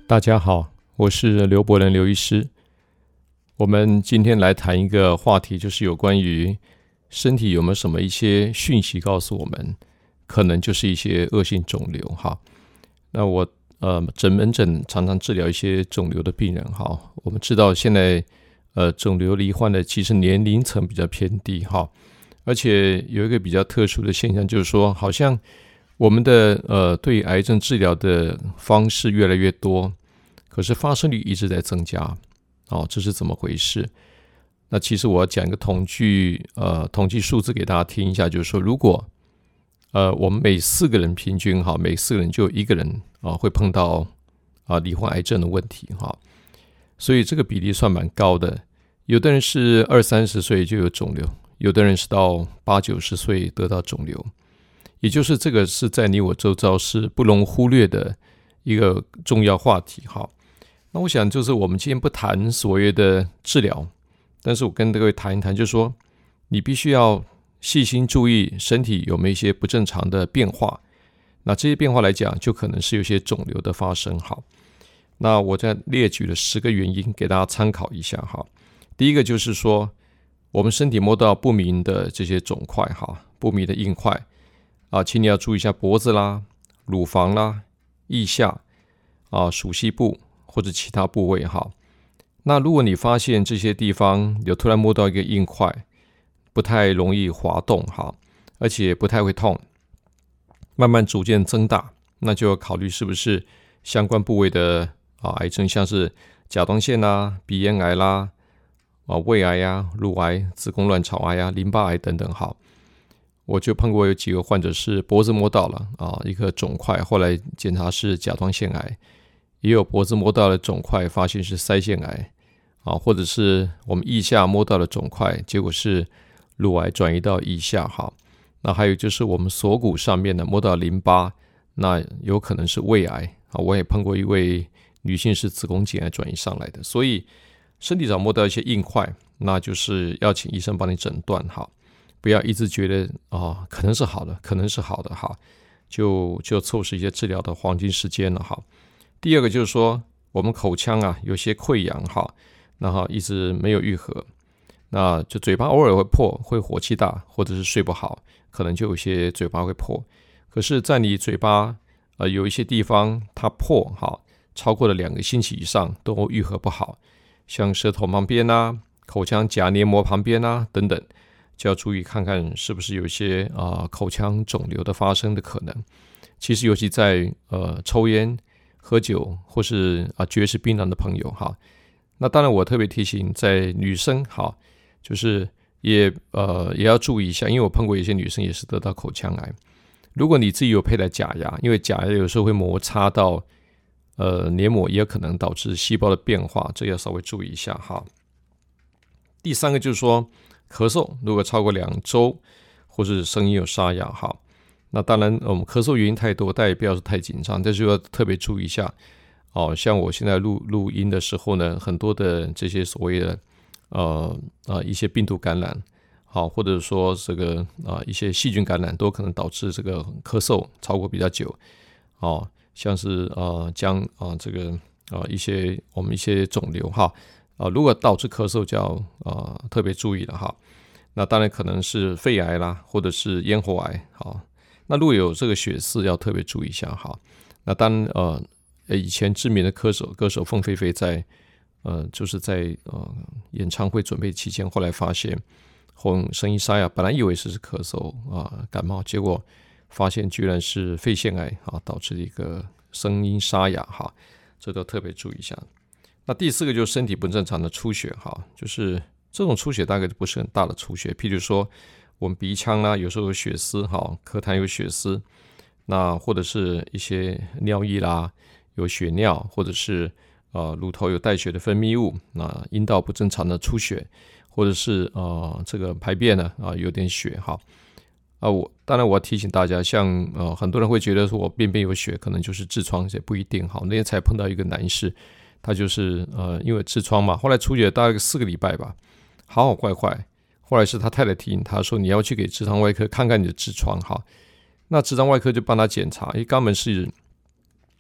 大家好，我是刘伯仁刘医师。我们今天来谈一个话题，就是有关于身体有没有什么一些讯息告诉我们，可能就是一些恶性肿瘤哈。那我门诊常常治疗一些肿瘤的病人哈。我们知道现在肿瘤罹患的其实年龄层比较偏低哈，而且有一个比较特殊的现象，就是说好像我们的对癌症治疗的方式越来越多，可是发生率一直在增加，这是怎么回事？那其实我要讲一个统计数字给大家听一下，就是说，如果我们每4个人平均每4个人就有1个人会碰到罹患癌症的问题哈，所以这个比例算蛮高的。有的人是20-30岁就有肿瘤，有的人是到80-90岁得到肿瘤。也就是这个是在你我周遭是不容忽略的一个重要话题哈。那我想就是我们今天不谈所谓的治疗，但是我跟各位谈一谈，就是说你必须要细心注意身体有没有一些不正常的变化。那这些变化来讲，就可能是有些肿瘤的发生哈。那我再列举了10个原因给大家参考一下哈。第一个就是说，我们身体摸到不明的这些肿块哈，不明的硬块。请你要注意一下脖子啦、乳房啦、腋下鼠蹊部或者其他部位哈。那如果你发现这些地方有突然摸到一个硬块，不太容易滑动哈，而且不太会痛，慢慢逐渐增大，那就要考虑是不是相关部位的癌症，像是甲状腺啦、鼻咽癌啦、胃癌呀、乳癌、子宫卵巢癌呀、淋巴癌等等哈。我就碰过有几个患者是脖子摸到了一个肿块，后来检查是甲状腺癌，也有脖子摸到了肿块，发现是腮腺癌或者是我们腋下摸到了肿块，结果是乳癌转移到腋下哈。那还有就是我们锁骨上面的摸到淋巴，那有可能是胃癌我也碰过一位女性是子宫颈癌转移上来的。所以身体上摸到一些硬块，那就是要请医生帮你诊断哈。不要一直觉得可能是好的，可能是好的哈，就错失一些治疗的黄金时间了哈。第二个就是说，我们口腔有些溃疡哈，那一直没有愈合，那就嘴巴偶尔会破，会火气大，或者是睡不好，可能就有些嘴巴会破。可是，在你嘴巴有一些地方它破超过了2个星期以上都愈合不好，像舌头旁边口腔颊黏膜旁边等等。就要注意看看是不是有一些口腔肿瘤的发生的可能。其实尤其在抽烟、喝酒或是绝食槟榔的朋友哈。那当然我特别提醒在女生就是也要注意一下，因为我碰过有些女生也是得到口腔癌。如果你自己有佩戴假牙，因为假牙有时候会摩擦到黏膜，也有可能导致细胞的变化，这要稍微注意一下哈。第三个就是说，咳嗽如果超过2周，或是声音有沙哑哈，那当然我们咳嗽原因太多，但也不要太紧张，但是要特别注意一下像我现在录音的时候呢，很多的这些所谓的一些病毒感染或者说这个一些细菌感染，都可能导致这个咳嗽超过比较久像是将这个我们一些肿瘤如果导致咳嗽就要特别注意了哈。那当然可能是肺癌啦，或者是咽喉癌那如果有这个血丝要特别注意一下哈。那当然以前知名的歌手凤飞飞就是在演唱会准备期间，后来发现声音沙哑，本来以为是咳嗽感冒，结果发现居然是肺腺癌导致一个声音沙哑这都特别注意一下。那第4个就是身体不正常的出血就是这种出血大概不是很大的出血，譬如说我们鼻腔有时候有血丝咳痰有血丝，那或者是一些尿液啦有血尿，或者是乳头有带血的分泌物，那阴道不正常的出血，或者是这个排便呢有点血当然我要提醒大家，像很多人会觉得说我便便有血可能就是痔疮，也不一定那天才碰到一个男士，他就是因为痔疮嘛，后来出血大概4个礼拜吧，好坏，后来是他太太提醒他说你要去给直肠外科看看你的痔疮那直肠外科就帮他检查，肛门是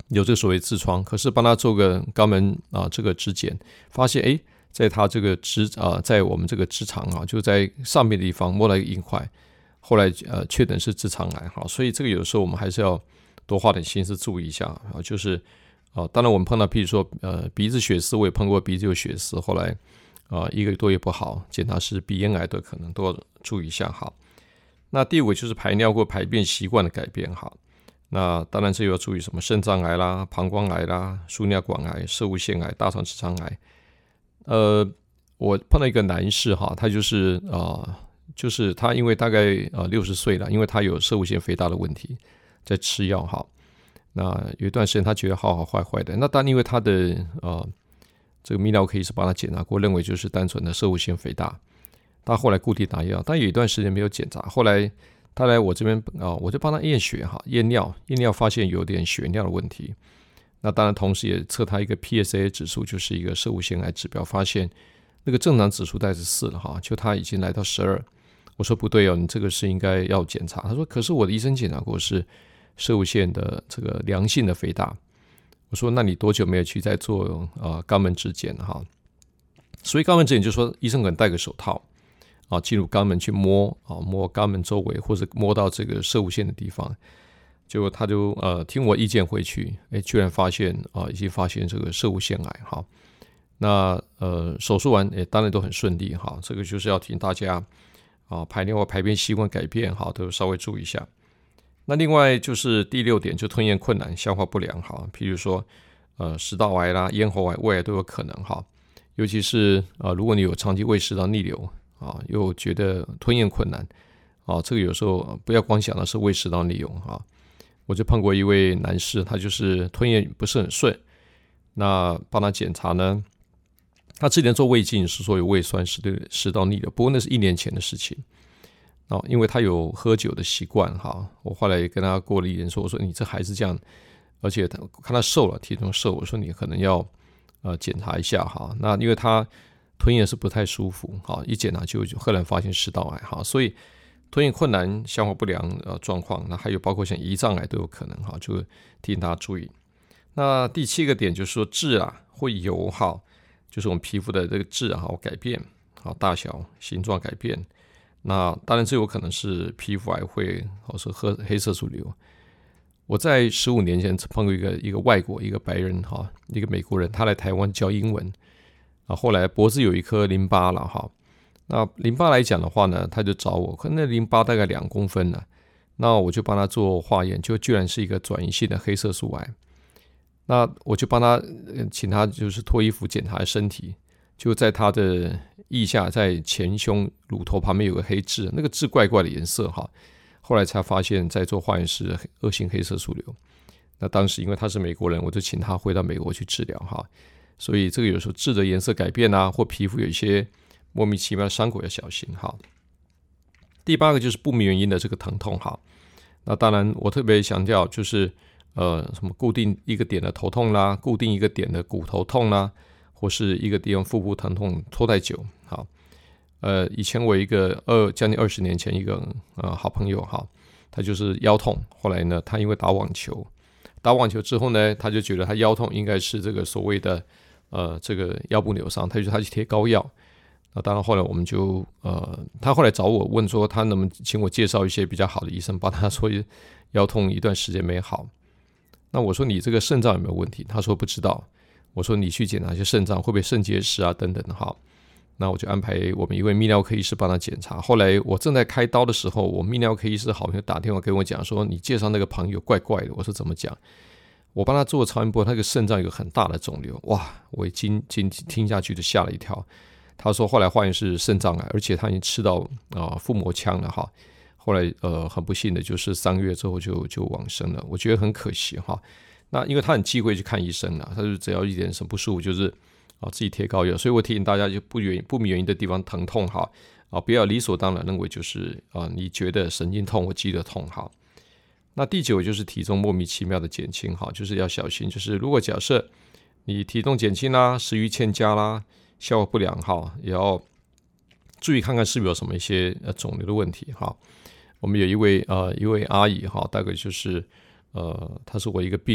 有这个所谓痔疮，可是帮他做个肛门这个指检，发现在他这个在我们这个直肠就在上面的地方摸到一个硬块，后来确诊是直肠癌所以这个有的时候我们还是要多花点心思注意一下就是当然我们碰到譬如说鼻子血丝，我也碰过鼻子有血丝，后来1个多月不好，检查是鼻咽癌的可能，都要注意一下那第5个就是排尿或排便习惯的改变那当然这又要注意什么肾脏癌啦、膀胱癌啦、输尿管癌、攝護腺癌、大肠直肠癌。我碰到一个男士他就是他因为大概60岁了，因为他有攝護腺肥大的问题，在吃药那有一段时间他觉得好坏坏的，那当然因为他的这个泌尿科医师帮他检查过，认为就是单纯的攝護腺肥大，他后来固定打药，但有一段时间没有检查，后来他来我这边我就帮他验血验尿发现有点血尿的问题，那当然同时也测他一个 PSA 指数，就是一个攝護腺癌指标，发现那个正常指数大概是4了就他已经来到12。我说不对你这个是应该要检查。他说可是我的医生检查过是攝護腺的这个良性的肥大。我说那你多久没有去再做肛门指检所以肛门指检就是说医生可能戴个手套进入肛门去摸肛门周围，或者摸到这个攝護腺的地方，结果他就听我意见回去，居然发现已经发现这个攝護腺癌那手术完当然都很顺利这个就是要提醒大家排尿或排便习惯改变都稍微注意一下。那另外就是第6点，就吞咽困难、消化不良譬如说食道癌啦、咽喉癌、胃癌都有可能尤其是如果你有长期胃食道逆流又觉得吞咽困难这个有时候不要光想的是胃食道逆流我就碰过一位男士，他就是吞咽不是很顺，那帮他检查呢，他之前做胃镜是说有胃酸食道逆流，不过那是1年前的事情因为他有喝酒的习惯我后来也跟他过了一点说，我说你这还是这样，而且看他瘦了，体重瘦，我说你可能要检查一下那因为他吞咽是不太舒服一检查就赫然发现食道癌所以吞咽困难、消化不良状况，那还有包括像胰脏癌都有可能就提醒大家注意。那第7个点就是说痣或油就是我们皮肤的这个痣改变大小形状改变，那当然这有可能是皮肤癌会或是黑色素瘤。我在15年前碰过一个外国一个白人一个美国人，他来台湾教英文后来脖子有一颗淋巴了那淋巴来讲的话呢，他就找我，可能那淋巴大概2公分了，那我就帮他做化验，就居然是一个转移性的黑色素癌。那我就帮他请他就是脱衣服检查身体，就在他的腋下，在前胸乳头旁边有个黑痣，那个痣怪怪的颜色后来才发现在做化验是恶性黑色素瘤。那当时因为他是美国人，我就请他回到美国去治疗所以这个有时候痣的颜色改变或皮肤有一些莫名其妙的伤口要小心第8个就是不明原因的这个疼痛那当然我特别强调就是什么固定一个点的头痛啦，固定一个点的骨头痛啦，或是一个地方腹部疼痛拖太久以前我一个将近20年前一个好朋友他就是腰痛，后来呢他因为打网球之后呢，他就觉得他腰痛应该是这个所谓的这个腰部扭伤，他去贴膏药。那当然后来我们就他后来找我问说他能不能请我介绍一些比较好的医生帮他说腰痛一段时间没好。那我说你这个肾脏有没有问题？他说不知道。我说你去检查一下肾脏会不会肾结石等等那我就安排我们一位泌尿科医师帮他检查。后来我正在开刀的时候，我泌尿科医师好朋友打电话跟我讲说你介绍那个朋友怪怪的。我说怎么讲？我帮他做超音波，他那个肾脏有个很大的肿瘤。哇，我听下去就吓了一跳。他说后来化验是肾脏癌，而且他已经吃到腹膜腔了后来很不幸的就是3个月之后就往生了。我觉得很可惜那因为他很忌讳去看医生他就只要一点什么不舒服就是自己贴膏药。所以我提醒大家就不明原因的地方疼痛不要理所当然认为就是你觉得神经痛或肌肉痛那第9个就是体重莫名其妙的减轻就是要小心，就是如果假设你体重减轻啦、食欲欠佳啦、消化不良也要注意看看是不是有什么一些肿瘤的问题我们有一位阿姨大概就是她是我一个病人，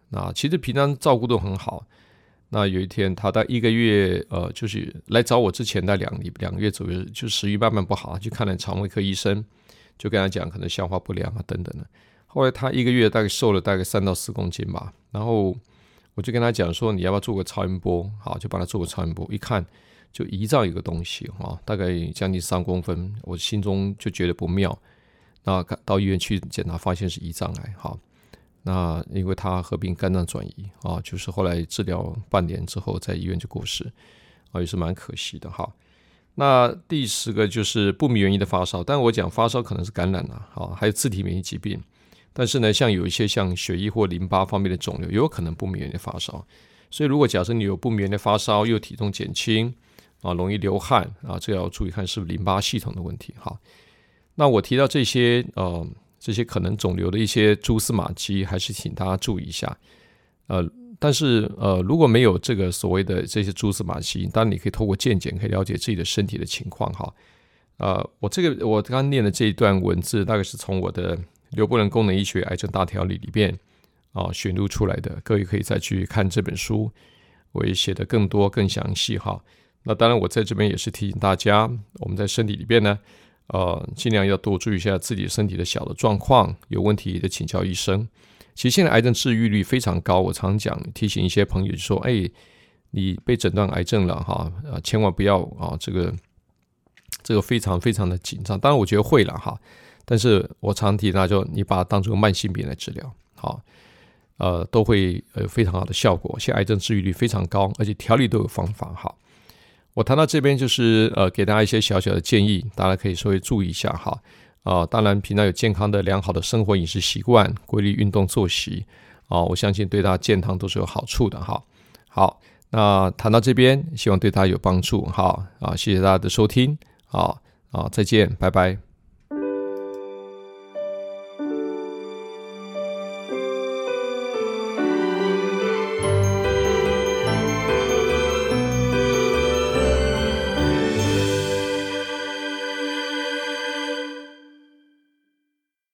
那其实平常照顾都很好。那有一天他在1个月就是来找我之前的2个月左右，就食欲慢慢不好，去看了肠胃科医生，就跟他讲可能消化不良啊等等的。后来他1个月大概瘦了大概3到4公斤吧，然后我就跟他讲说你要不要做个超音波，好，就帮他做个超音波，一看就胰脏有个东西大概将近3公分，我心中就觉得不妙，那到医院去检查发现是胰脏癌，好，那因为他合并肝脏转移就是后来治疗半年之后在医院就过世也是蛮可惜的。好，那第10个就是不明原因的发烧，但我讲发烧可能是感染还有自体免疫疾病，但是呢像有一些像血液或淋巴方面的肿瘤有可能不明原因的发烧，所以如果假设你有不明原因的发烧又体重减轻容易流汗这要注意看是不是淋巴系统的问题。好，那我提到这些可能肿瘤的一些蛛丝马迹，还是请大家注意一下。但是如果没有这个所谓的这些蛛丝马迹，当然你可以透过健检可以了解自己的身体的情况我刚刚念的这一段文字，大概是从我的刘伯伦功能医学癌症大条理里面选录出来的，各位可以再去看这本书，我也写得更多更详细那当然我在这边也是提醒大家，我们在身体里边呢尽量要多注意一下自己身体的小的状况，有问题的请教医生。其实现在癌症治愈率非常高，我常讲提醒一些朋友说你被诊断癌症了千万不要这个非常非常的紧张，当然我觉得会了但是我常提到就你把它当作慢性病来治疗都会有非常好的效果。现在癌症治愈率非常高，而且调理都有方法我谈到这边就是给大家一些小小的建议，大家可以稍微注意一下当然平常有健康的良好的生活饮食习惯，规律运动作息我相信对大家健康都是有好处的好，那谈到这边希望对大家有帮助谢谢大家的收听再见，拜拜。